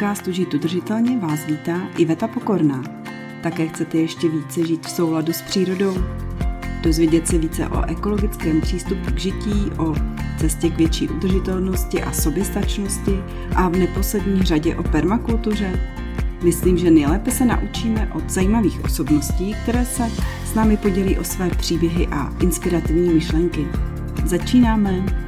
podcastu Žít udržitelně vás vítá Iveta Pokorná. Také chcete ještě více žít v souladu s přírodou? Dozvědět se více o ekologickém přístupu k žití, o cestě k větší udržitelnosti a soběstačnosti a v neposlední řadě o permakultuře? Myslím, že nejlépe se naučíme od zajímavých osobností, které se s námi podělí o své příběhy a inspirativní myšlenky. Začínáme!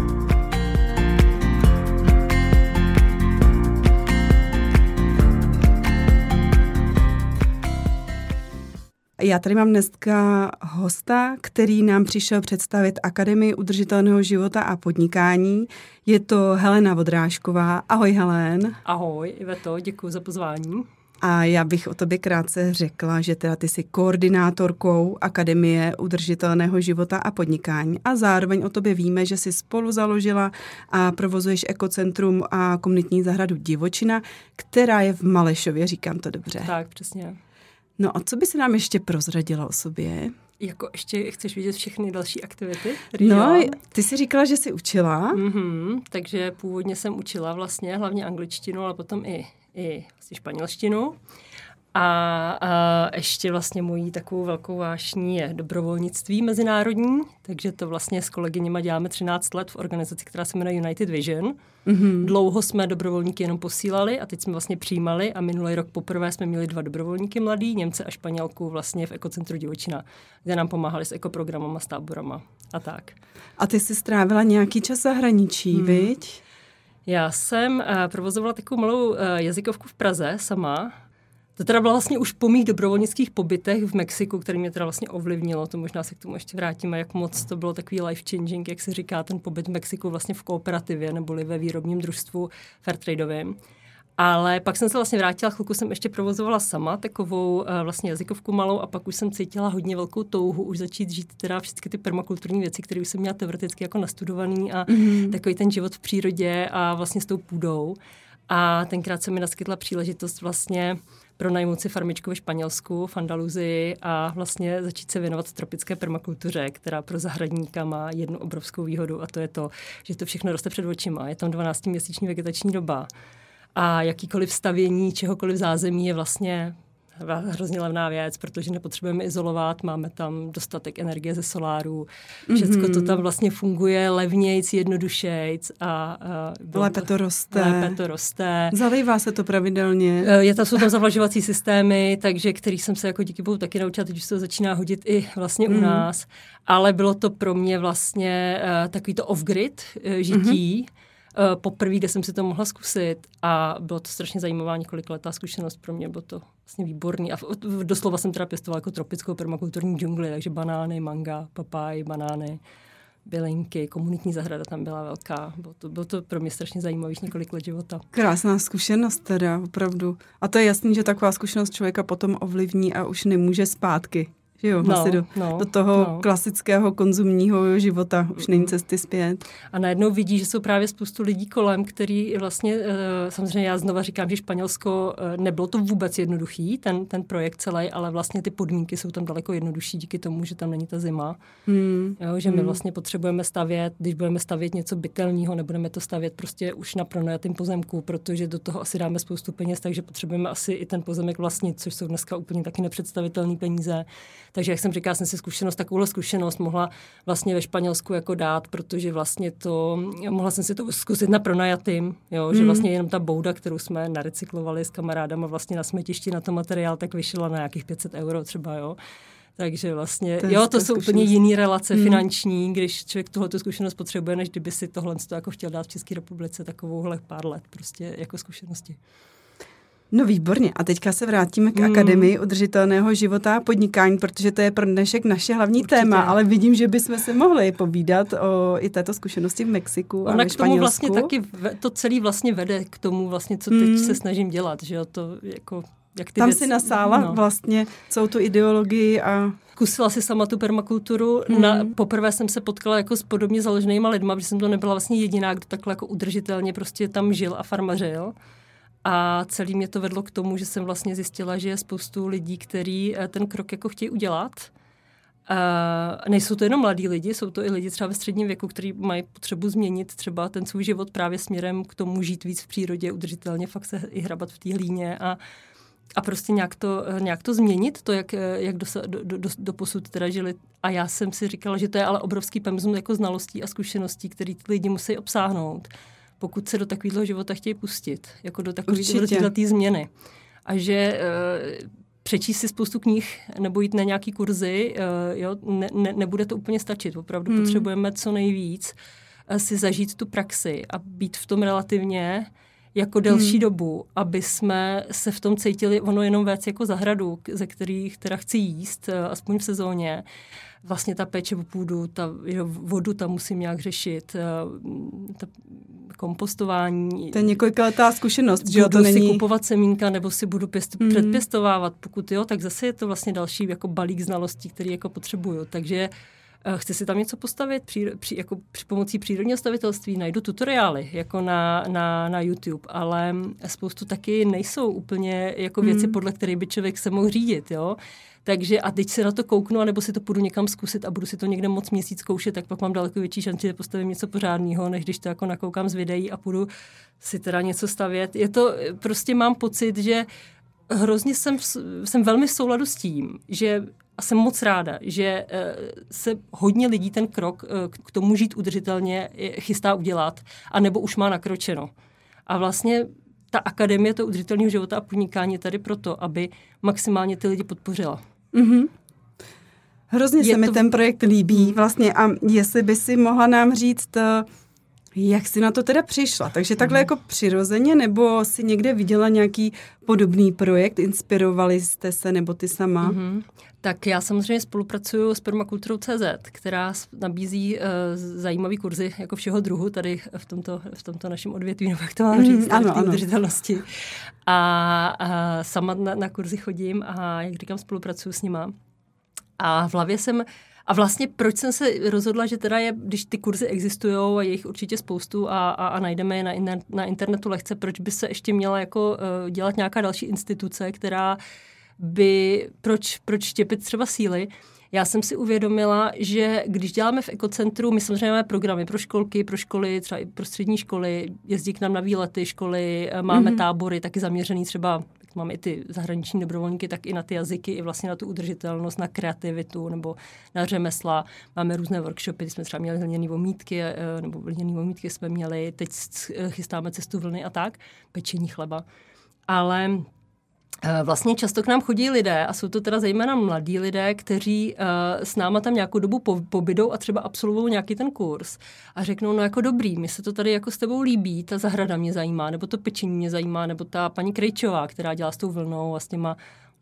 Já tady mám dneska hosta, který nám přišel představit Akademii udržitelného života a podnikání. Je to Helena Vodrážková. Ahoj, Helen. Ahoj, Iveto, děkuji za pozvání. A já bych o tobě krátce řekla, že teda ty jsi koordinátorkou Akademie udržitelného života a podnikání a zároveň o tobě víme, že jsi spolu založila a provozuješ ekocentrum a komunitní zahradu Divočina, která je v Malešově, říkám to dobře. Tak, přesně. No a co by se nám ještě prozradila o sobě? Jako ještě chceš vidět všechny další aktivity? No, ty jsi říkala, že jsi učila. Takže původně jsem učila vlastně hlavně angličtinu, ale potom i vlastně španělštinu. A ještě vlastně mojí takovou velkou vášní je dobrovolnictví mezinárodní, takže to vlastně s kolegyněma děláme 13 let v organizaci, která se jmenuje United Vision. Dlouho jsme dobrovolníky jenom posílali a teď jsme vlastně přijímali a minulý rok poprvé jsme měli 2 dobrovolníky mladý, Němce a Španělku vlastně v ekocentru Divočina, kde nám pomáhali s ekoprogramama, s táborama a tak. A ty jsi strávila nějaký čas v zahraničí, viď? Já jsem provozovala takovou malou jazykovku v Praze sama. To teda bylo vlastně už po mých dobrovolnických pobytech v Mexiku, který mě teda vlastně ovlivnilo, to možná se k tomu ještě vrátíme, jak moc to bylo takový life-changing, jak se říká, ten pobyt v Mexiku vlastně v kooperativě neboli ve výrobním družstvu fairtradeovém. Ale pak jsem se vlastně vrátila, chvilku jsem ještě provozovala sama takovou vlastně jazykovku malou a pak už jsem cítila hodně velkou touhu už začít žít teda všechny ty permakulturní věci, které už jsem měla teoreticky jako nastudovaný a takový ten život v přírodě a vlastně s tou půdou. A tenkrát se mi naskytla příležitost vlastně pronajmout si farmičku ve Španělsku, v Andaluzii a vlastně začít se věnovat tropické permakultuře, která pro zahradníka má jednu obrovskou výhodu a to je to, že to všechno roste před očima. Je tam 12měsíční vegetační doba a jakýkoliv stavění čehokoliv zázemí je vlastně hrozně levná věc, protože nepotřebujeme izolovat, máme tam dostatek energie ze soláru, všecko to tam vlastně funguje levnějc, jednodušejc a lépe to roste. Zalívá se to pravidelně. Jsou tam zavlažovací systémy, takže který jsem se jako díky bohu taky naučila, teď už se to začíná hodit i vlastně u nás, ale bylo to pro mě vlastně takový to off-grid žití, poprvé, kde jsem si to mohla zkusit a bylo to strašně zajímavá několikletá zkušenost pro mě, bylo to vlastně výborný a doslova jsem teda pěstovala jako tropickou permakulturní džungli, takže banány, manga, papáj, banány, bylinky, komunitní zahrada tam byla velká, bylo to pro mě strašně zajímavých několik let života. Krásná zkušenost teda, opravdu. A to je jasný, že taková zkušenost člověka potom ovlivní a už nemůže zpátky. Jo, do toho klasického konzumního života už není cesty zpět. A najednou vidí, že jsou právě spoustu lidí kolem, který vlastně, samozřejmě já znova říkám, že Španělsko nebylo to vůbec jednoduchý, ten projekt celý, ale vlastně ty podmínky jsou tam daleko jednodušší díky tomu, že tam není ta zima. Jo, že my vlastně potřebujeme stavět, když budeme stavět něco bytelního, nebudeme to stavět prostě už na pronajatém pozemku, protože do toho asi dáme spoustu peněz, takže potřebujeme asi i ten pozemek vlastnit, což jsou dneska úplně taky nepředstavitelné peníze. Takže jak jsem říkala, jsem si takovouhle zkušenost mohla vlastně ve Španělsku jako dát, protože vlastně mohla jsem si to zkusit na pronajatým, jo, že vlastně jenom ta bouda, kterou jsme narecyklovali s kamarádama vlastně na smetišti na to materiál, tak vyšla na nějakých 500 € třeba, jo. Takže vlastně, to jsou úplně jiný relace finanční, když člověk tuhletu zkušenost potřebuje, než kdyby si tohle jako chtěl dát v České republice takovouhle pár let prostě jako zkušenosti. No výborně. A teďka se vrátíme k Akademii udržitelného života a podnikání, protože to je pro dnešek naše hlavní téma, ale vidím, že bychom se mohli povídat o i této zkušenosti v Mexiku a ve Španělsku. K tomu vlastně taky to celý vlastně vede k tomu vlastně, co teď se snažím dělat, že jo, to jako jak ty tam si nasála vlastně celou tu ideologii a kusila si sama tu permakulturu. Poprvé jsem se potkala jako s podobně založenýma lidma, protože jsem to nebyla vlastně jediná, kdo takhle jako udržitelně prostě tam žil a farmařil. A celý mě to vedlo k tomu, že jsem vlastně zjistila, že je spoustu lidí, kteří ten krok jako chtějí udělat Nejsou to jenom mladí lidi, jsou to i lidi třeba ve středním věku, kteří mají potřebu změnit třeba ten svůj život právě směrem k tomu žít víc v přírodě, udržitelně, fakt se i hrabat v té hlíně a prostě nějak to změnit, to, jak doposud teda žili. A já jsem si říkala, že to je ale obrovský pemzum jako znalostí a zkušeností, který ty lidi musí obsáhnout, pokud se do takového života chtějí pustit, jako do takovéhle změny. A že přečíst si spoustu knih nebo jít na nějaký kurzy, nebude to úplně stačit. Opravdu potřebujeme co nejvíc si zažít tu praxi a být v tom relativně jako delší dobu, aby jsme se v tom cítili, ono jenom věc jako zahradu, ze kterých teda chci jíst, aspoň v sezóně. Vlastně ta péče o půdu, vodu tam musím nějak řešit, ta kompostování. To je několikaletá zkušenost, že to není... si kupovat semínka nebo si budu předpěstovávat. Pokud jo, tak zase je to vlastně další jako balík znalostí, který jako potřebuju. Takže chci si tam něco postavit jako při pomocí přírodního stavitelství, najdu tutoriály jako na YouTube, ale spoustu taky nejsou úplně jako věci, podle kterých by člověk se mohl řídit, jo. Takže a teď se na to kouknu, anebo si to půjdu někam zkusit a budu si to někde moc měsíc zkoušet, tak pak mám daleko větší šanci, že postavím něco pořádného, než když to jako nakoukám z videí a půjdu si teda něco stavět. Je to, prostě mám pocit, že hrozně jsem velmi v souladu s tím, že a jsem moc ráda, že se hodně lidí ten krok k tomu žít udržitelně chystá udělat, anebo už má nakročeno. A vlastně ta akademie toho udržitelného života a podnikání je tady proto, aby maximálně ty lidi podpořila. Mm-hmm. Hrozně se mi ten projekt líbí vlastně a jestli by si mohla nám říct, jak jsi na to teda přišla. Takže takhle jako přirozeně, nebo si někde viděla nějaký podobný projekt, inspirovali jste se, nebo ty sama? Mm-hmm. Tak já samozřejmě spolupracuju s Permakulturou.cz, která nabízí zajímavý kurzy jako všeho druhu tady v tomto našem odvětví, nebo jak to mám říct, v té udržitelnosti. A sama na kurzy chodím a jak říkám, spolupracuju s nima. A v hlavě a vlastně proč jsem se rozhodla, že teda když ty kurzy existujou a je jich určitě spoustu a najdeme je na internetu lehce, proč by se ještě měla jako dělat nějaká další instituce, která proč štěpit třeba síly. Já jsem si uvědomila, že když děláme v ekocentru, my samozřejmě máme programy pro školky, pro školy, třeba i pro střední školy, jezdí k nám na výlety školy, máme tábory taky zaměřený třeba, máme i ty zahraniční dobrovolníky, tak i na ty jazyky, i vlastně na tu udržitelnost, na kreativitu nebo na řemesla. Máme různé workshopy, jsme třeba měli lněný omítky, nebo lněný omítky jsme měli, teď chystáme cestu vlny a tak, pečení chleba. Ale vlastně často k nám chodí lidé, a jsou to teda zejména mladí lidé, kteří s náma tam nějakou dobu pobydou a třeba absolvují nějaký ten kurz a řeknou, no jako dobrý, mi se to tady jako s tebou líbí, ta zahrada mě zajímá, nebo to pečení mě zajímá, nebo ta paní Krejčová, která dělá s tou vlnou a s těma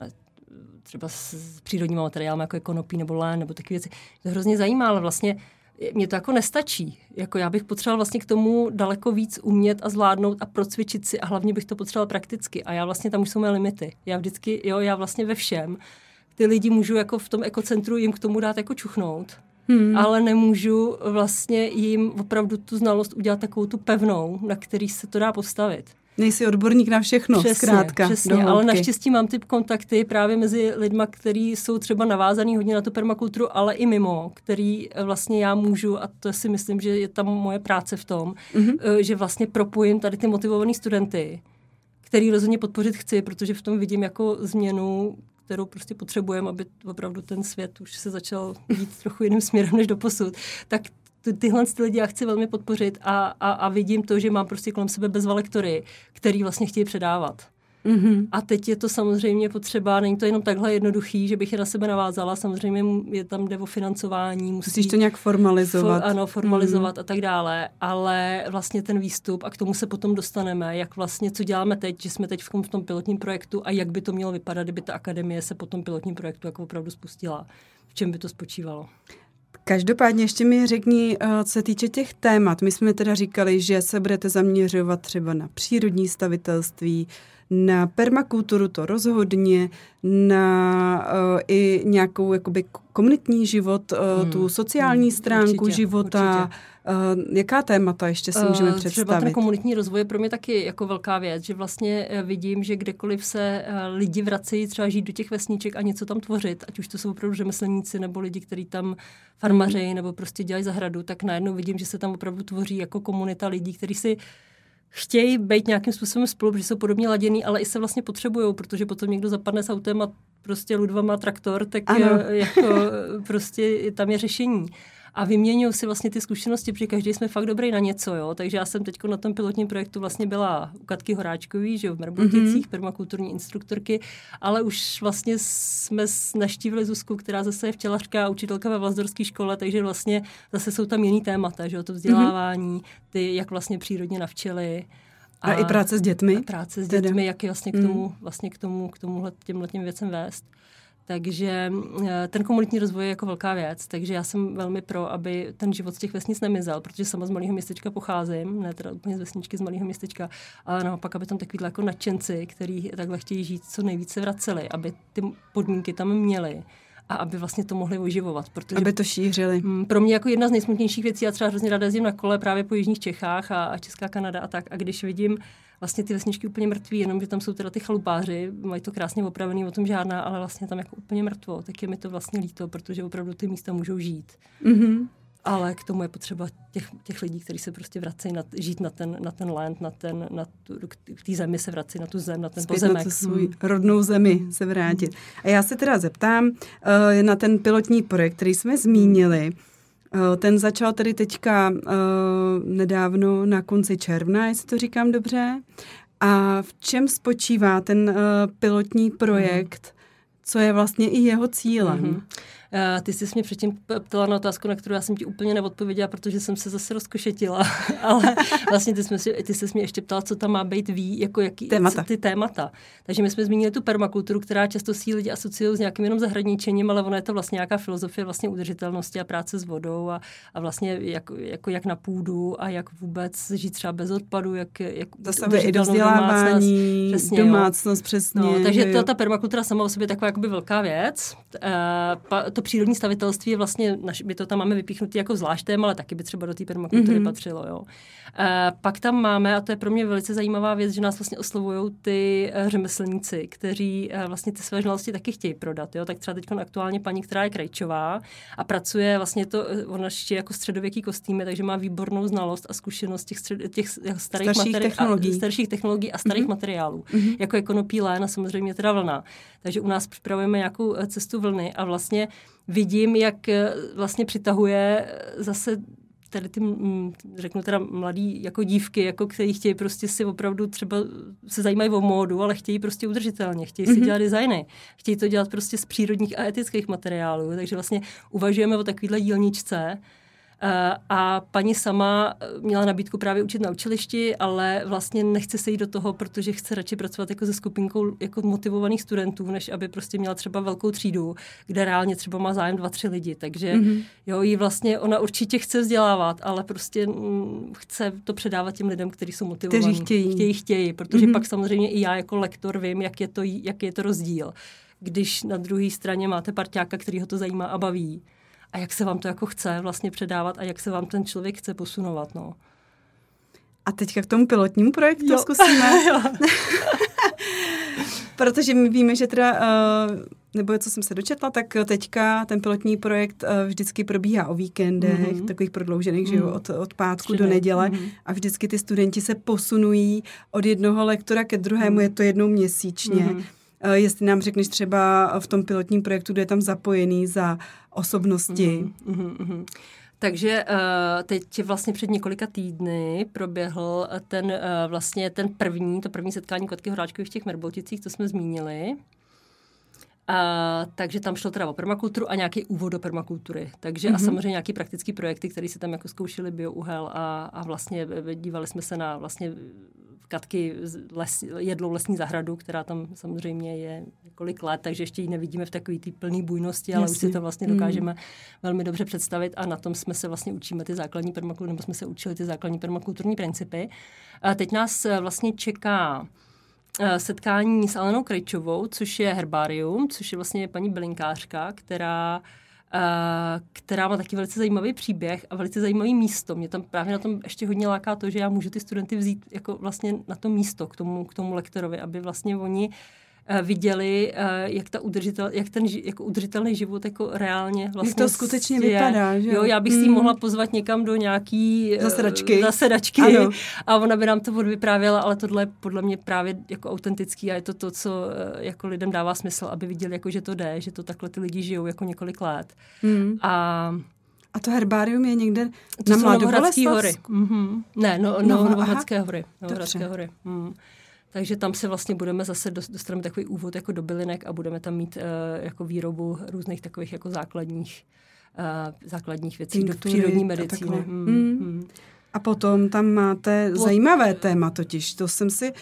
třeba s přírodníma materiály, jako je konopí nebo lén, nebo takové věci. To hrozně zajímá, ale vlastně mě to jako nestačí. Jako já bych potřeboval vlastně k tomu daleko víc umět a zvládnout a procvičit si a hlavně bych to potřeboval prakticky. A já vlastně tam už jsou mé limity. Já vlastně ve všem. Ty lidi můžu jako v tom ekocentru jim k tomu dát jako čuchnout, ale nemůžu vlastně jim opravdu tu znalost udělat takovou tu pevnou, na který se to dá postavit. Nejsi odborník na všechno, zkrátka. Přesně, ale naštěstí mám ty kontakty právě mezi lidma, kteří jsou třeba navázaný hodně na tu permakulturu, ale i mimo, který vlastně já můžu, a to si myslím, že je tam moje práce v tom, že vlastně propojím tady ty motivovaný studenty, který rozhodně podpořit chci, protože v tom vidím jako změnu, kterou prostě potřebujeme, aby opravdu ten svět už se začal jít trochu jiným směrem než doposud. Tak tyhle lidi já chci velmi podpořit a vidím to, že mám prostě kolem sebe bezvalektory, který vlastně chtějí předávat. Mm-hmm. A teď je to samozřejmě potřeba, není to jenom takhle jednoduchý, že bych je na sebe navázala, samozřejmě je tam jde o financování. Musíš to nějak formalizovat. Ano, formalizovat a tak dále, ale vlastně ten výstup a k tomu se potom dostaneme, jak vlastně, co děláme teď, že jsme teď v tom pilotním projektu a jak by to mělo vypadat, kdyby ta akademie se po tom pilotním projektu jako opravdu spustila. V čem by to spočívalo? Každopádně ještě mi řekni, co se týče těch témat. My jsme teda říkali, že se budete zaměřovat třeba na přírodní stavitelství, na permakulturu, to rozhodně, na i nějakou jakoby komunitní život, tu sociální stránku života, Jaká témata ještě si můžeme představit? Třeba ten komunitní rozvoj je pro mě taky jako velká věc, že vlastně vidím, že kdekoliv se lidi vracejí třeba žít do těch vesniček a něco tam tvořit, ať už to jsou opravdu řemeslníci nebo lidi, kteří tam farmařejí nebo prostě dělají zahradu, tak najednou vidím, že se tam opravdu tvoří jako komunita lidí, kteří si chtějí být nějakým způsobem spolu, protože jsou podobně laděný, ale i se vlastně potřebujou, protože potom někdo zapadne s autem a prostě Ludva má traktor, tak jako prostě tam je řešení. A vyměňují si vlastně ty zkušenosti, protože každý jsme fakt dobrý na něco, jo. Takže já jsem teď na tom pilotním projektu vlastně byla u Katky Horáčkový, že jo, v Mrboticích, permakulturní instruktorky, ale už vlastně jsme naštívili Zuzku, která zase je včelařka a učitelka ve Vlazdorské škole, takže vlastně zase jsou tam jiný témata, že jo, to vzdělávání, ty jak vlastně přírodně na včely. A i práce s dětmi. Práce s dětmi, jak je vlastně k těmhletěm věcem vést. Takže ten komunitní rozvoj je jako velká věc, takže já jsem velmi pro, aby ten život z těch vesnic nemizel, protože sama z malého městečka pocházím, ne teda úplně z vesničky, z malého městečka, ale naopak, aby tam takovýhle jako nadšenci, kteří takhle chtějí žít, co nejvíce vraceli, aby ty podmínky tam měli a aby vlastně to mohli oživovat. Protože aby to šířili. Pro mě jako jedna z nejsmutnějších věcí, já třeba hrozně ráda jezdím na kole právě po jižních Čechách a Česká Kanada a tak, a když vidím vlastně ty vesničky úplně mrtví, jenom že tam jsou teda ty chalupáři, mají to krásně opravený, o tom žádná, ale vlastně tam jako úplně mrtvo, tak je mi to vlastně líto, protože opravdu ty místa můžou žít. Mm-hmm. Ale k tomu je potřeba těch lidí, kteří se prostě vracejí žít na ten land, k té zemi se vrací, na tu zem, na ten pozemek. Na tu svůj rodnou zemi se vrátit. A já se teda zeptám na ten pilotní projekt, který jsme zmínili. Ten začal tedy teďka nedávno na konci června, jestli to říkám dobře. A v čem spočívá ten pilotní projekt, co je vlastně i jeho cílem? Ty jsi mě předtím ptala na otázku, na kterou já jsem ti úplně neodpověděla, protože jsem se zase rozkošetila, ale vlastně ty jsi mě ještě ptala, co tam má být jako jaký ty témata. Takže my jsme zmínili tu permakulturu, která často si lidi asociují s nějakým jenom zahradničením, ale ona je to vlastně nějaká filozofie vlastně udržitelnosti a práce s vodou a vlastně jak na půdu a jak vůbec žít třeba bez odpadu, jak zasahuje i do vzdělávání, domácnost přesně. No, takže ta permakultura sama o sobě je taková jakoby velká věc. To přírodní stavitelství je vlastně, my to tam máme vypíchnutý jako zvlášť téma, ale taky by třeba do té permakultury patřilo. Jo. Pak tam máme, a to je pro mě velice zajímavá věc, že nás vlastně oslovují ty řemeslníci, kteří vlastně ty své znalosti taky chtějí prodat. Jo. Tak třeba teď aktuálně paní, která je krajčová a pracuje vlastně ona ještě jako středověký kostýmy, takže má výbornou znalost a zkušenost těch starších technologií a starých materiálů, jako je konopí, lén a samozřejmě teda vlna. Takže u nás připravujeme nějakou cestu vlny a vlastně vidím, jak vlastně přitahuje zase tady ty, řeknu teda mladý jako dívky, jako který chtějí prostě si opravdu třeba se zajímají o módu, ale chtějí prostě udržitelně, chtějí si dělat designy, chtějí to dělat prostě z přírodních a etických materiálů, takže vlastně uvažujeme o takovýhle dílničce. A paní sama měla nabídku právě učit na učilišti, ale vlastně nechce se jít do toho, protože chce radši pracovat jako se skupinkou jako motivovaných studentů, než aby prostě měla třeba velkou třídu, kde reálně třeba má zájem 2-3 lidi. Takže jí vlastně ona určitě chce vzdělávat, ale prostě chce to předávat těm lidem, kteří jsou motivovaní. Chtějí, protože pak samozřejmě i já jako lektor vím, jak je to rozdíl. Když na druhé straně máte parťáka, který ho to zajímá a baví, a jak se vám to jako chce vlastně předávat a jak se vám ten člověk chce posunovat, no. A teďka k tomu pilotnímu projektu zkusíme. Protože my víme, že teda, nebo co jsem se dočetla, tak teďka ten pilotní projekt vždycky probíhá o víkendech, takových prodloužených, že jo, od pátku do neděle a vždycky ty studenti se posunují od jednoho lektora ke druhému, je to jednou měsíčně. Jestli nám řekneš třeba v tom pilotním projektu, kdo je tam zapojený za osobnosti. Takže teď vlastně před několika týdny proběhl to první setkání Katky Horáčkové v těch Mrboticích, to jsme zmínili. Takže tam šlo teda o permakulturu a nějaký úvod do permakultury. Takže a samozřejmě nějaký praktický projekty, které se tam jako zkoušely biouhel a vlastně dívali jsme se na vlastně Katky jedlou lesní zahradu, která tam samozřejmě je několik let, takže ještě ji nevidíme v takové té plné bujnosti, ale už si to vlastně dokážeme velmi dobře představit a na tom jsme se vlastně učíme ty základní permakultury, nebo jsme se učili ty základní permakulturní principy. A teď nás vlastně čeká setkání s Alenou Krejčovou, což je herbárium, což je vlastně paní bylinkářka, která která má taky velice zajímavý příběh a velice zajímavý místo. Mě tam právě na tom ještě hodně láká to, že já můžu ty studenty vzít jako vlastně na to místo k tomu lektorovi, aby vlastně oni viděli, jak ten jako udržitelný život jako reálně vlastně jak to skutečně vypadá, že jo? Já bych si ji mohla pozvat někam do nějaký zasedačky a ona by nám to odvyprávěla, ale tohle je podle mě právě jako autentický a je to, co jako lidem dává smysl, aby viděli, jako, že to jde, že to takhle ty lidi žijou jako několik let. A to herbárium je někde na Mladoboleslavsku? Hory. Ne, Novohradské hory. Novohradské hory. Takže tam se vlastně budeme zase dostaneme takový úvod jako do bylinek a budeme tam mít jako výrobu různých takových jako základních věcí do přírodní medicíny. A potom tam máte zajímavé téma totiž. To jsem si...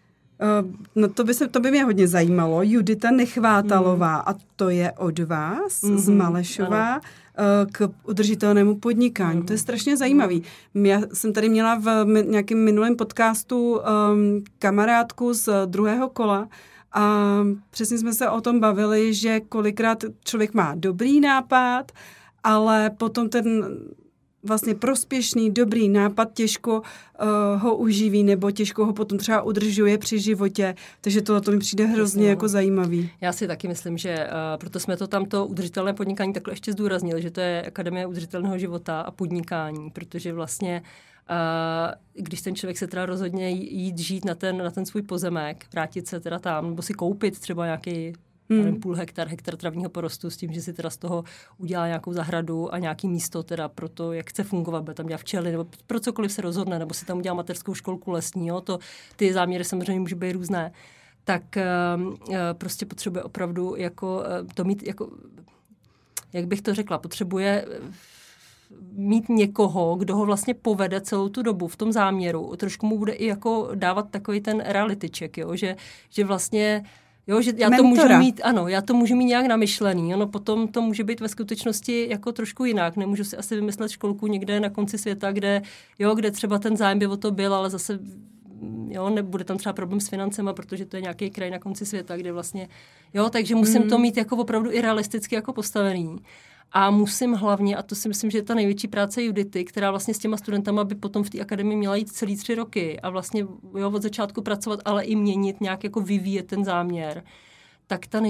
to by mě hodně zajímalo. Judita Nechvátalová a to je od vás z Malešova k udržitelnému podnikání. To je strašně zajímavý. Já jsem tady měla v nějakém minulém podcastu kamarádku z druhého kola a přesně jsme se o tom bavili, že kolikrát člověk má dobrý nápad, ale potom ten vlastně prospěšný, dobrý nápad těžko ho uživí nebo těžko ho potom třeba udržuje při životě. Takže to mi přijde hrozně jako zajímavý. Já si taky myslím, že proto jsme to tamto udržitelné podnikání takhle ještě zdůraznili, že to je Akademie udržitelného života a podnikání, protože vlastně když ten člověk se teda rozhodně jít žít na ten svůj pozemek, vrátit se teda tam, nebo si koupit třeba nějaký půl hektar travního porostu s tím, že si teda z toho udělá nějakou zahradu a nějaký místo teda pro to, jak chce fungovat, bude tam dělat včely, nebo pro cokoliv se rozhodne, nebo si tam udělá mateřskou školku lesní, jo, ty záměry samozřejmě můžou být různé, tak prostě potřebuje opravdu jako to mít jako, jak bych to řekla, potřebuje mít někoho, kdo ho vlastně povede celou tu dobu v tom záměru. Trošku mu bude i jako dávat takový ten reality check, jo, že vlastně jo, že já to můžu mít nějak namyšlený, no potom to může být ve skutečnosti jako trošku jinak. Nemůžu si asi vymyslet školku někde na konci světa, kde třeba ten zájem by o to byl, ale zase nebude tam třeba problém s financema, protože to je nějaký kraj na konci světa, kde vlastně, takže musím to mít jako opravdu i realisticky jako postavený. A musím hlavně, a to si myslím, že je ta největší práce Judity, která vlastně s těma studentama by potom v té akademii měla jít celý 3 roky a vlastně od začátku pracovat, ale i měnit, nějak jako vyvíjet ten záměr, tak ta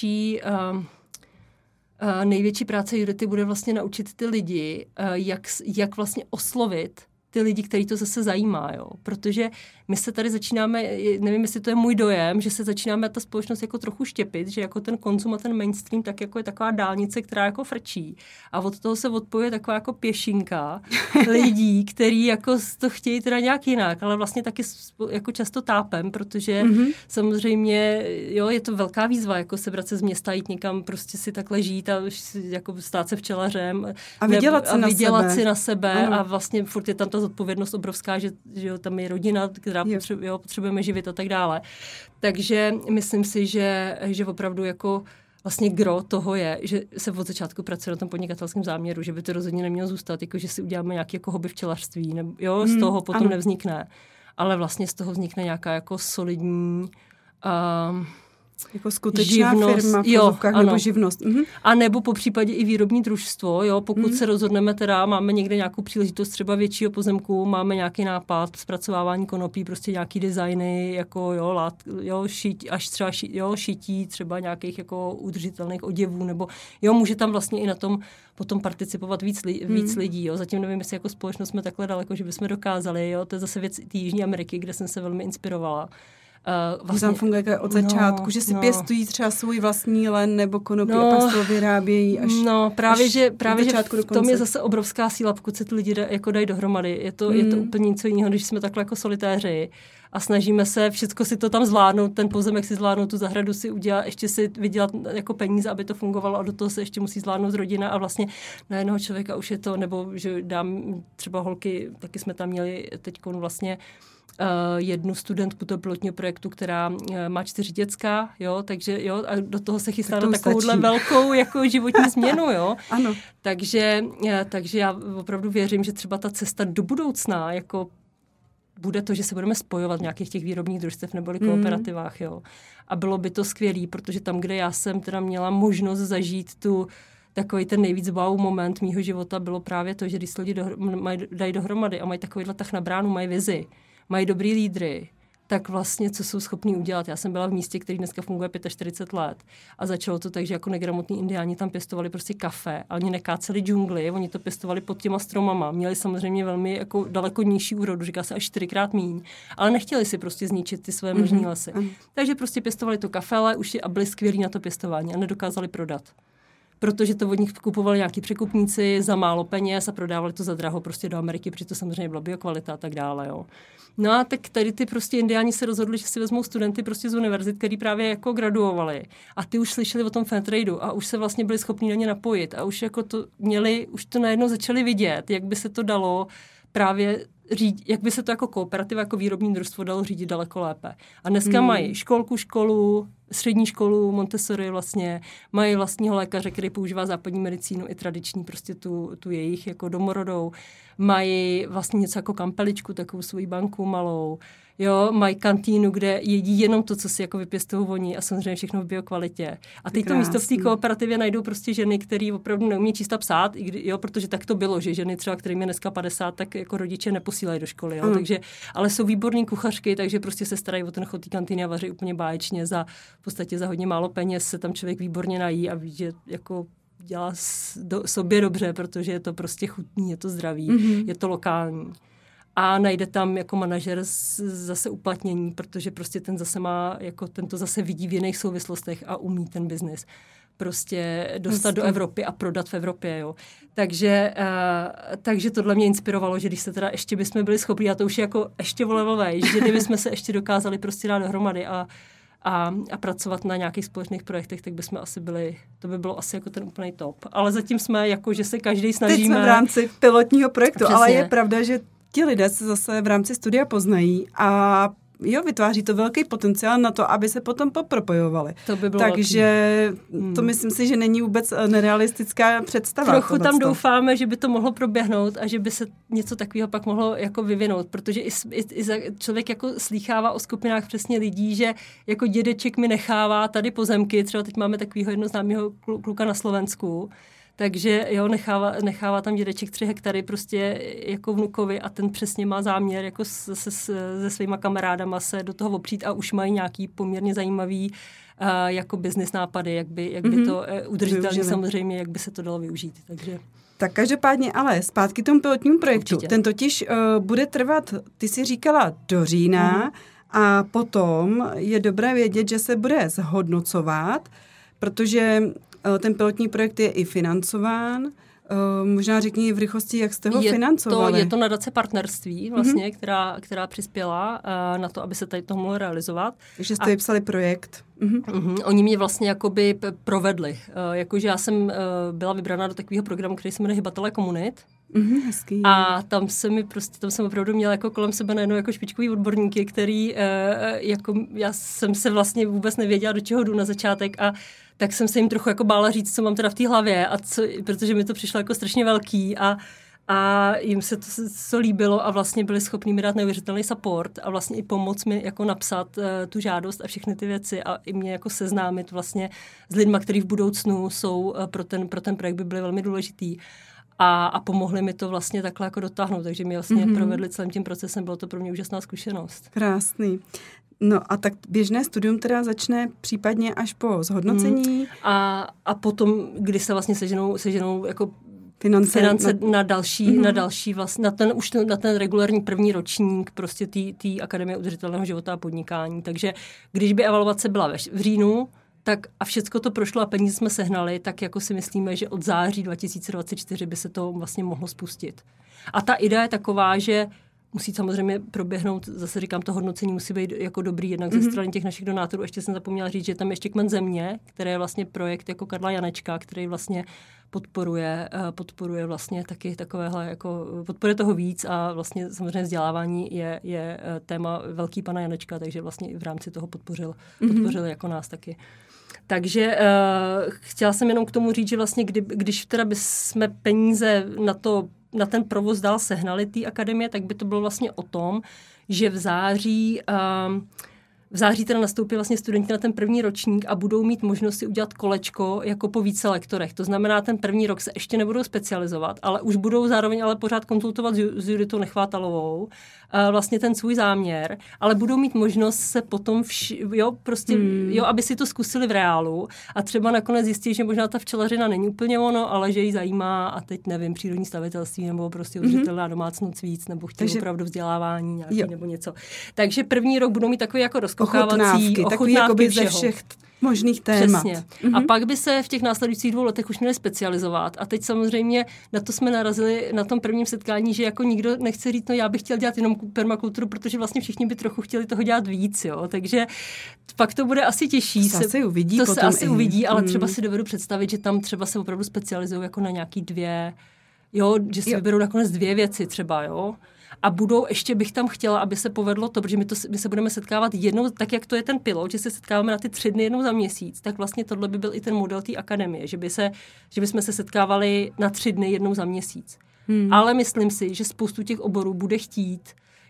největší práce Judity bude vlastně naučit ty lidi, jak vlastně oslovit ty lidi, který to zase zajímá, jo. Protože my se tady začínáme, nevím, jestli to je můj dojem, že se začínáme ta společnost jako trochu štěpit, že jako ten konzum a ten mainstream tak jako je taková dálnice, která jako frčí. A od toho se odpojuje taková jako pěšinka lidí, který jako to chtějí teda nějak jinak, ale vlastně taky jako často tápem, protože samozřejmě, je to velká výzva, jako sebrat se z města, jít někam, prostě si takhle žít a jako stát se včelařem a vydělat si na sebe a vlastně furt je tam ta zodpovědnost obrovská, že tam je rodina, která potřebujeme živit a tak dále. Takže myslím si, že opravdu jako vlastně gro toho je, že se od začátku pracuje na tom podnikatelském záměru, že by to rozhodně nemělo zůstat, jako že si uděláme nějaký jako hobby včelařství, z toho potom nevznikne. Ale vlastně z toho vznikne nějaká jako solidní jako skutečná firma v pozovkách nebo živnost. A nebo po případě i výrobní družstvo, pokud se rozhodneme teda, máme někde nějakou příležitost třeba většího pozemku, máme nějaký nápad, zpracovávání konopí, prostě nějaký designy, jako šití třeba nějakých jako udržitelných oděvů, nebo může tam vlastně i na tom potom participovat víc lidí. Zatím nevím, jestli jako společnost jsme takhle daleko, že bychom dokázali. To je zase věc té Jižní Ameriky, kde jsem se velmi inspirovala. Vlastně tam funguje od začátku, že si pěstují třeba svůj vlastní len nebo konopí a pak to vyrábějí až právě že v tom je zase obrovská síla, pokud se ty lidi jako dají dohromady. Je to úplně něco jiného, když jsme takhle jako solitéři a snažíme se všechno si to tam zvládnout, ten pozemek si zvládnout, tu zahradu si udělat, ještě si vydělat jako peníze, aby to fungovalo a do toho se ještě musí zvládnout rodina a vlastně na jednoho člověka už je to, nebo že dám třeba holky, taky jsme tam měli teďkon vlastně jednu studentku toho pilotního projektu, která má 4 děcka, takže a do toho se chystá na takovouhle velkou jako životní změnu, Ano. Takže já opravdu věřím, že třeba ta cesta do budoucna jako bude to, že se budeme spojovat v nějakých těch výrobních družstvech nebo kooperativách, A bylo by to skvělý, protože tam, kde já jsem teda měla možnost zažít takový ten nejvíc wow moment mýho života bylo právě to, že když se lidi dají dohromady a mají takovýhle tah na bránu, mají vizi, mají dobrý lídry, tak vlastně, co jsou schopní udělat. Já jsem byla v místě, který dneska funguje 45 let a začalo to tak, že jako negramotní indiáni tam pěstovali prostě kafe a oni nekáceli džungli, oni to pěstovali pod těma stromama. Měli samozřejmě velmi jako daleko nižší úrodu, říká se až 4x míň, ale nechtěli si prostě zničit ty své možný lesy. Takže prostě pěstovali to kafe, ale už a byli skvělí na to pěstování a nedokázali prodat. Protože to od nich kupovali nějaký překupníci za málo peněz a prodávali to za draho prostě do Ameriky, protože to samozřejmě byla biokvalita a tak dále, jo. No a tak tady ty prostě indiáni se rozhodli, že si vezmou studenty prostě z univerzit, který právě jako graduovali a ty už slyšeli o tom fair tradeu a už se vlastně byli schopni na ně napojit a už jako to měli, už to najednou začali vidět, jak by se to dalo právě řídit, jak by se to jako kooperativa, jako výrobní družstvo dalo řídit daleko lépe. A dneska mají školu, střední školu, Montessori vlastně, mají vlastního lékaře, který používá západní medicínu i tradiční, prostě tu jejich jako domorodou. Mají vlastně něco jako kampeličku, takovou svoji banku malou. Jo, mají kantýnu, kde jedí jenom to, co si jako vypěstují oni a samozřejmě všechno v biokvalitě. A teď to místo v té kooperativě najdou prostě ženy, které opravdu neumí číst a psát, protože tak to bylo, že ženy třeba, kterým je dneska 50, tak jako rodiče neposílají do školy, jo, takže, ale jsou výborný kuchařky, takže prostě se starají o ten chod té kantýny a vaří úplně báječně v podstatě za hodně málo peněz se tam člověk výborně nají a ví, že jako dělá sobě dobře, protože je to prostě chutný, je to zdravý, je to lokální. A najde tam jako manažer zase uplatnění, protože prostě ten zase má, jako ten to zase vidí v jiných souvislostech a umí ten biznis prostě dostat do Evropy a prodat v Evropě, jo. Takže tohle mě inspirovalo, že když se teda ještě bychom byli schopni, a to už je jako ještě level, že kdybychom se ještě dokázali prostě dát dohromady a pracovat na nějakých společných projektech, tak bychom asi byli, to by bylo asi jako ten úplný top. Ale zatím jsme jako, že se každý snažíme. Teď jsme v rámci pilotního projektu, přesně. Ale je pravda, že ti lidé se zase v rámci studia poznají a jo, vytváří to velký potenciál na to, aby se potom popropojovali. To by bylo takže to myslím si, že není vůbec nerealistická představa. Trochu tam doufáme, že by to mohlo proběhnout a že by se něco takového pak mohlo jako vyvinout, protože i člověk jako slýchává o skupinách přesně lidí, že jako dědeček mi nechává tady pozemky, třeba teď máme takového jednoznámého kluka na Slovensku, takže jo, nechává tam dědeček 3 hektary prostě jako vnukovi a ten přesně má záměr jako se svýma kamarádama se do toho opřít a už mají nějaký poměrně zajímavý jako business nápady, jak by to udržitelně samozřejmě, jak by se to dalo využít. Takže. Tak každopádně ale zpátky tomu pilotnímu projektu. Určitě. Ten totiž bude trvat, ty jsi říkala, do října a potom je dobré vědět, že se bude zhodnocovat, protože ten pilotní projekt je i financován. Možná řekni v rychlosti, jak jste ho financovali. Je to nadace partnerství, vlastně, která přispěla na to, aby se tady to mohlo realizovat. Takže jste vypsali projekt. Oni mě vlastně jakoby provedli. Jakože já jsem byla vybraná do takového programu, který se jmenuje Hybatelé komunit. Hezký. A tam jsem opravdu měla jako kolem sebe najednou jako špičkový odborníky, který jako já jsem se vlastně vůbec nevěděla, do čeho jdu na začátek a tak jsem se jim trochu jako bála říct, co mám teda v té hlavě, protože mi to přišlo jako strašně velký a jim se to líbilo a vlastně byli schopni mi dát neuvěřitelný support a vlastně i pomoct mi jako napsat tu žádost a všechny ty věci a i mě jako seznámit vlastně s lidma, kteří v budoucnu jsou pro ten projekt by byly velmi důležitý. A pomohli mi to vlastně takhle jako dotáhnout, takže mi vlastně provedli celým tím procesem, bylo to pro mě úžasná zkušenost. Krásný. No a tak běžné studium teda začne případně až po zhodnocení. A potom, kdy se vlastně seženou jako finance na další vlastně, na ten regulární první ročník prostě té Akademie udržitelného života a podnikání. Takže když by evaluace byla v říjnu, tak a všecko to prošlo a peníze jsme sehnali, tak jako si myslíme, že od září 2024 by se to vlastně mohlo spustit. A ta idea je taková, že musí samozřejmě proběhnout, zase říkám, to hodnocení musí být jako dobrý, jednak ze strany těch našich donátorů. Ještě jsem zapomněla říct, že tam ještě Kmen země, který je vlastně projekt jako Karla Janečka, který vlastně podporuje vlastně taky takovéhle, jako podporuje toho víc a vlastně samozřejmě vzdělávání je téma velký pana Janečka, takže vlastně i v rámci toho podpořil jako nás taky. Takže chtěla jsem jenom k tomu říct, že vlastně když teda bychom peníze na ten provoz dál sehnali té akademie, tak by to bylo vlastně o tom, že v září v září teda nastoupí vlastně studenti na ten první ročník a budou mít možnost si udělat kolečko jako po více lektorech. To znamená, ten první rok se ještě nebudou specializovat, ale už budou zároveň ale pořád konzultovat s Juditou Nechvátalovou vlastně ten svůj záměr, ale budou mít možnost se potom aby si to zkusili v reálu a třeba nakonec zjistí, že možná ta včelařina není úplně ono, ale že jí zajímá a teď nevím, přírodní stavitelství nebo prostě udržitelná domácnost víc, nebo chtějí opravdu vzdělávání nějaký nebo něco. Takže první rok budou mít takový jako rozkoukávací ochutnávky ze všech možných témat. Přesně. A pak by se v těch následujících 2 letech už měli specializovat. A teď samozřejmě na to jsme narazili na tom prvním setkání, že jako nikdo nechce říct, no já bych chtěl dělat jenom permakulturu, protože vlastně všichni by trochu chtěli toho dělat víc, jo. Takže pak to bude asi těžší. To se asi uvidí, ale třeba si dovedu představit, že tam třeba se opravdu specializují jako na nějaký 2, že si vyberou nakonec 2 věci třeba, jo. A budou, ještě bych tam chtěla, aby se povedlo to, protože my se budeme setkávat jednou, tak jak to je ten pilot, že se setkáváme na ty 3 dny jednou za měsíc, tak vlastně tohle by byl i ten model té akademie, že bychom se setkávali na 3 dny jednou za měsíc. Ale myslím si, že spoustu těch oborů bude chtít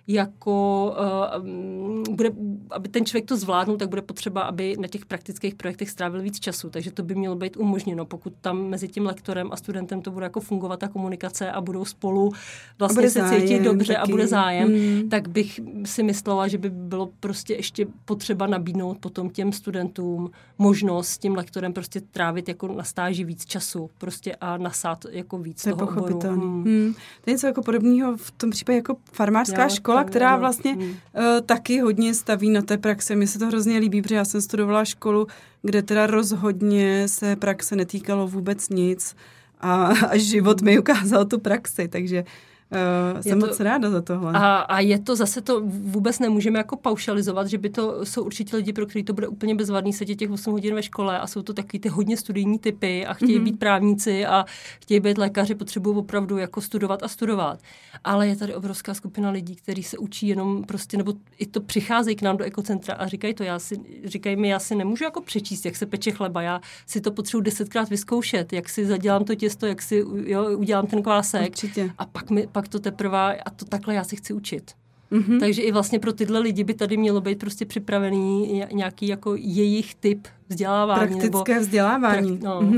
aby ten člověk to zvládnul, tak bude potřeba, aby na těch praktických projektech strávil víc času. Takže to by mělo být umožněno. Pokud tam mezi tím lektorem a studentem to bude jako fungovat ta komunikace a budou spolu vlastně se cítit dobře taky. A bude zájem, tak bych si myslela, že by bylo prostě ještě potřeba nabídnout potom těm studentům možnost s tím lektorem prostě trávit jako na stáži víc času prostě a nasát jako víc toho oboru. To je něco jako podobného v tom případě jako farmářská škola, která vlastně taky hodně staví na té praxi. Mně se to hrozně líbí, protože já jsem studovala školu, kde teda rozhodně se praxe netýkalo vůbec nic a život mi ukázal tu praxi, takže jsem moc ráda za tohle. A je to zase to vůbec nemůžeme jako paušalizovat, že by to jsou určitě lidi, pro který to bude úplně bezvadný sedět těch 8 hodin ve škole a jsou to takový ty hodně studijní typy a chtějí být právníci a chtějí být lékaři, potřebují opravdu jako studovat a studovat. Ale je tady obrovská skupina lidí, kteří se učí jenom prostě, nebo i to přicházejí k nám do ekocentra a říkají to, já si nemůžu jako přečíst, jak se peče chleba, já si to potřebuji 10krát vyzkoušet, jak si zadělám to těsto, jak si udělám ten kvásek. Určitě. A pak to teprve, a to takhle já si chci učit. Takže i vlastně pro tyhle lidi by tady mělo být prostě připravený nějaký jako jejich typ vzdělávání. Praktické vzdělávání.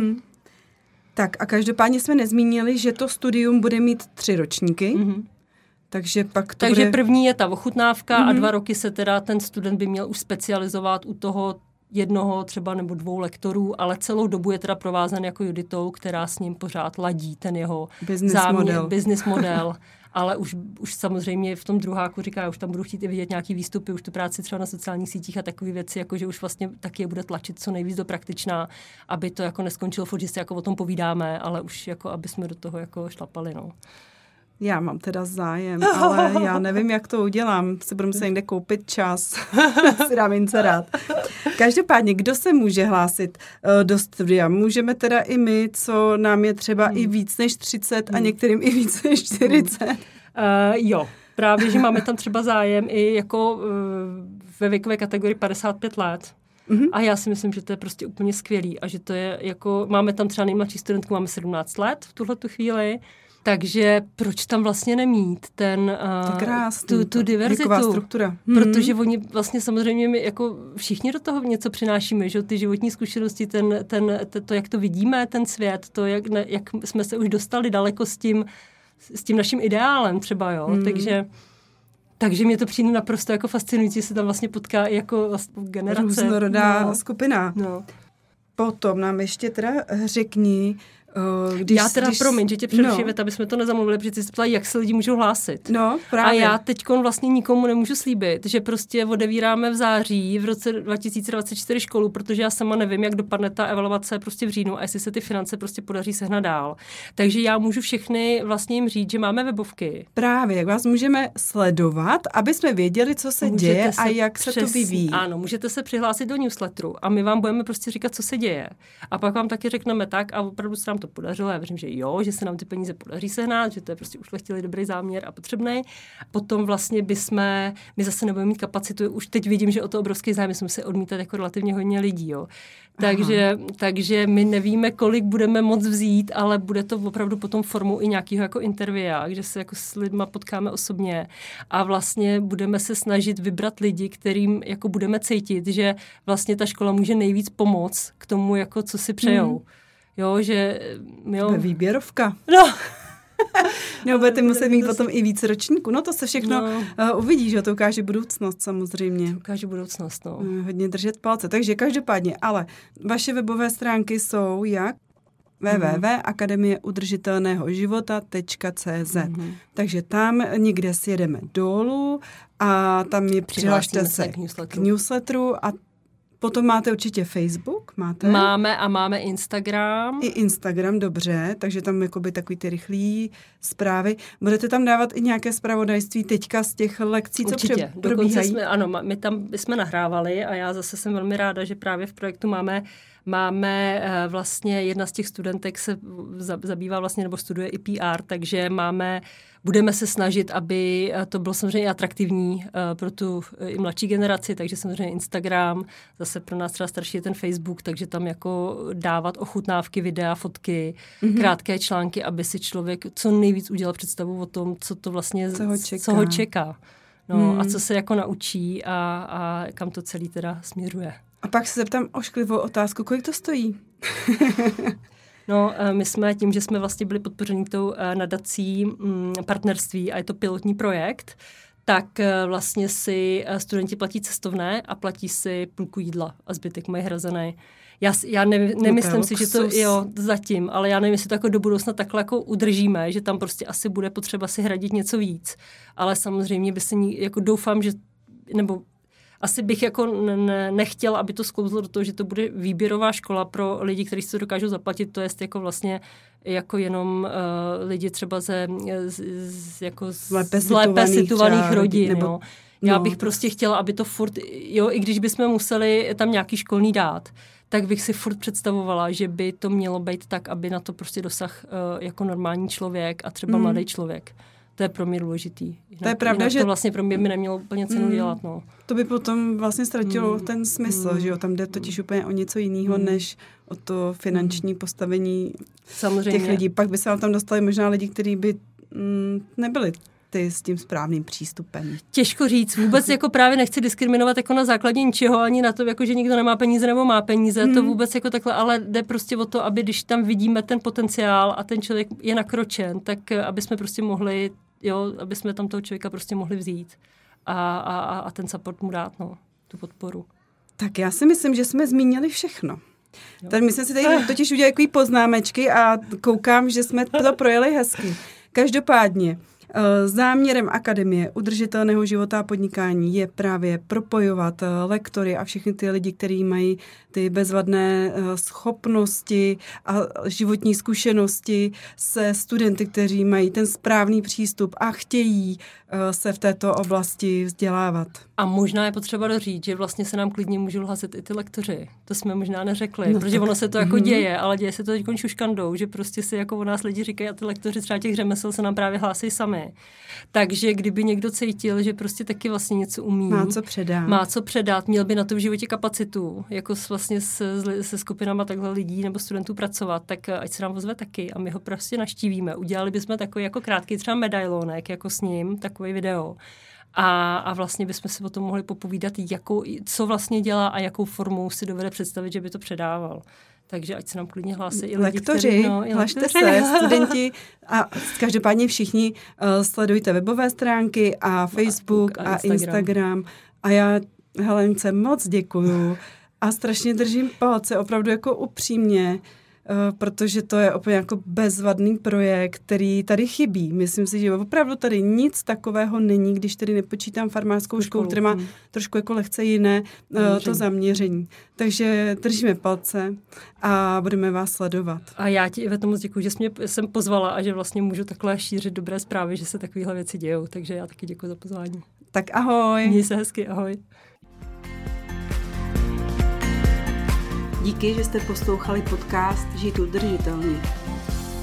Tak a každopádně jsme nezmínili, že to studium bude mít 3 ročníky. Takže pak to bude... první je ta ochutnávka a 2 roky se teda ten student by měl už specializovat u toho jednoho třeba nebo 2 lektorů, ale celou dobu je teda provázen jako Juditou, která s ním pořád ladí ten jeho business model. Ale už samozřejmě v tom druháku říká, už tam budu chtít i vidět nějaký výstupy, už tu práci třeba na sociálních sítích a takové věci, jako že už vlastně taky je bude tlačit co nejvíc do praktičná, aby to jako neskončilo furt, že si jako o tom povídáme, ale už jako aby jsme do toho jako šlapali, no. Já mám teda zájem, ale já nevím, jak to udělám. Si budu muset někde koupit čas. Si dám inzerát. Každopádně, kdo se může hlásit do studia? Můžeme teda i my, co nám je třeba i víc než 30 a některým i víc než 40? Jo, právě, že máme tam třeba zájem i jako ve věkové kategorii 55 let. A já si myslím, že to je prostě úplně skvělý a že to je jako, máme tam třeba nejmladší studentku, máme 17 let v tuhletu chvíli. Takže proč tam vlastně nemít tu diverzitu? Struktura. Protože oni vlastně samozřejmě my jako všichni do toho něco přinášíme, že ty životní zkušenosti, to, jak to vidíme, ten svět, to, jak jsme se už dostali daleko s tím naším ideálem třeba, jo. Takže mě to přijde naprosto jako fascinující, že se tam vlastně potká i jako vlastně generace. Různorodá skupina. No. Potom nám ještě teda řekni, promiň, že tě přeruším, aby jsme to nezamluvili, protože ty se ptají, jak se lidi můžou hlásit. No, právě. A já teďkon vlastně nikomu nemůžu slíbit, že prostě odevíráme v září v roce 2024 školu, protože já sama nevím, jak dopadne ta evaluace prostě v říjnu a jestli se ty finance prostě podaří sehnat dál. Takže já můžu všechny vlastně jim říct, že máme webovky. Právě, jak vás můžeme sledovat, aby jsme věděli, co se děje a jak se to vyvíjí. Ano, můžete se přihlásit do newsletteru a my vám budeme prostě říkat, co se děje. A pak vám taky řekneme tak a opravdu se nám to podařilo. Já věřím, že jo, že se nám ty peníze podaří sehnat, že to je prostě ušlechtilý dobrý záměr a potřebný. Potom vlastně my zase nebudeme mít kapacitu, už teď vidím, že o to obrovský zájem jsme se odmítat jako relativně hodně lidí, jo. Takže my nevíme, kolik budeme moc vzít, ale bude to opravdu potom formou i nějakého jako intervia, kde se jako s lidma potkáme osobně a vlastně budeme se snažit vybrat lidi, kterým jako budeme cítit, že vlastně ta škola může nejvíc pomoct k tomu, jako co si přejou. Jo, že... Jo. Výběrovka. No. Nebo budete muset mít potom i víc ročníků. No to se všechno uvidí, že to ukáže budoucnost samozřejmě. To ukáže budoucnost, no. Hodně držet palce. Takže každopádně, ale vaše webové stránky jsou jak? www.akademieudržitelnéhoživota.cz Takže tam někde sjedeme dolů a tam je přihlašte se k newsletteru a potom máte určitě Facebook, máte? Máme Instagram. I Instagram, dobře, takže tam jakoby takový ty rychlý zprávy. Budete tam dávat i nějaké zpravodajství teďka z těch lekcí, určitě. Co probíhají? My tam jsme nahrávali a já zase jsem velmi ráda, že právě v projektu máme vlastně jedna z těch studentek se zabývá vlastně nebo studuje i PR, takže budeme se snažit, aby to bylo samozřejmě atraktivní pro tu i mladší generaci, takže samozřejmě Instagram, zase pro nás třeba starší je ten Facebook, takže tam jako dávat ochutnávky, videa, fotky, krátké články, aby si člověk co nejvíc udělal představu o tom, co to vlastně, co ho čeká. No, a co se jako naučí a kam to celý teda směřuje. A pak se zeptám ošklivou otázku, kolik to stojí? No, my jsme tím, že jsme vlastně byli podpořeni tou nadací partnerství a je to pilotní projekt, tak vlastně si studenti platí cestovné a platí si půlku jídla a zbytek mají hrazený. Já nemyslím si, že to zatím, ale já nevím, jestli to jako do budoucna takhle jako udržíme, že tam prostě asi bude potřeba si hradit něco víc. Ale samozřejmě by se jako doufám, že nebo asi bych jako nechtěla, aby to sklouzlo do toho, že to bude výběrová škola pro lidi, kteří si to dokážou zaplatit, to je jako vlastně jako jenom lidi třeba z lépe situovaných rodin. Nebo, já bych prostě chtěla, aby to furt, i když bychom museli tam nějaký školní dát, tak bych si furt představovala, že by to mělo být tak, aby na to prostě dosah jako normální člověk a třeba mladý člověk. To je pro mě důležitý. To je pravda, že to vlastně pro mě by nemělo úplně cenu dělat. No. To by potom vlastně ztratilo ten smysl, že jo? Tam jde totiž úplně o něco jiného, než o to finanční postavení těch lidí. Pak by se vám tam dostali možná lidi, kteří by nebyli ty s tím správným přístupem. Těžko říct. Vůbec jako právě nechci diskriminovat jako na základě ničeho, ani na to, jako že někdo nemá peníze nebo má peníze. To vůbec jako takhle, ale jde prostě o to, aby když tam vidíme ten potenciál a ten člověk je nakročen, tak aby jsme prostě mohli, aby jsme tam toho člověka prostě mohli vzít a ten support mu dát, tu podporu. Tak já si myslím, že jsme zmínili všechno. Tak my jsme si tady totiž udělali takový poznámečky a koukám, že jsme to projeli hezky. Každopádně záměrem Akademie udržitelného života a podnikání je právě propojovat lektory a všechny ty lidi, kteří mají ty bezvadné schopnosti a životní zkušenosti se studenty, kteří mají ten správný přístup a chtějí se v této oblasti vzdělávat. A možná je potřeba doříct, že vlastně se nám klidně můžou hlásit i ty lektoři. To jsme možná neřekli, protože ono se to jako děje, ale děje se to teď šuškandou, že prostě si jako o nás lidi říkají a ty lektoři třeba těch řemesel se nám právě hlásí sami. Takže kdyby někdo cítil, že prostě taky vlastně něco umí, má co předat, měl by na to v životě kapacitu, jako vlastně se skupinama takhle lidí nebo studentů pracovat, tak ať se nám ozve taky a my ho prostě navštívíme. Udělali bychom takový jako krátký třeba medailonek jako s ním, takový video. A vlastně bychom si o tom mohli popovídat, co vlastně dělá a jakou formou si dovede představit, že by to předával. Takže ať se nám klidně hlásí i lektoři, hlašte se, studenti a každopádně všichni sledujte webové stránky a Facebook a Instagram. A já Helence moc děkuju a strašně držím palce, opravdu jako upřímně, protože to je úplně jako bezvadný projekt, který tady chybí. Myslím si, že opravdu tady nic takového není, když tady nepočítám farmářskou školu, která má trošku jako lehce jiné to zaměření. Takže držíme palce a budeme vás sledovat. A já ti, Iveto, moc děkuji, že jsi mě sem pozvala a že vlastně můžu takhle šířit dobré zprávy, že se takovéhle věci dějou. Takže já taky děkuji za pozvání. Tak ahoj. Měj se hezky, ahoj. Díky, že jste poslouchali podcast Žít udržitelně.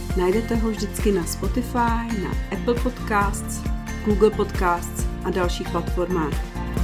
Najdete ho vždycky na Spotify, na Apple Podcasts, Google Podcasts a dalších platformách.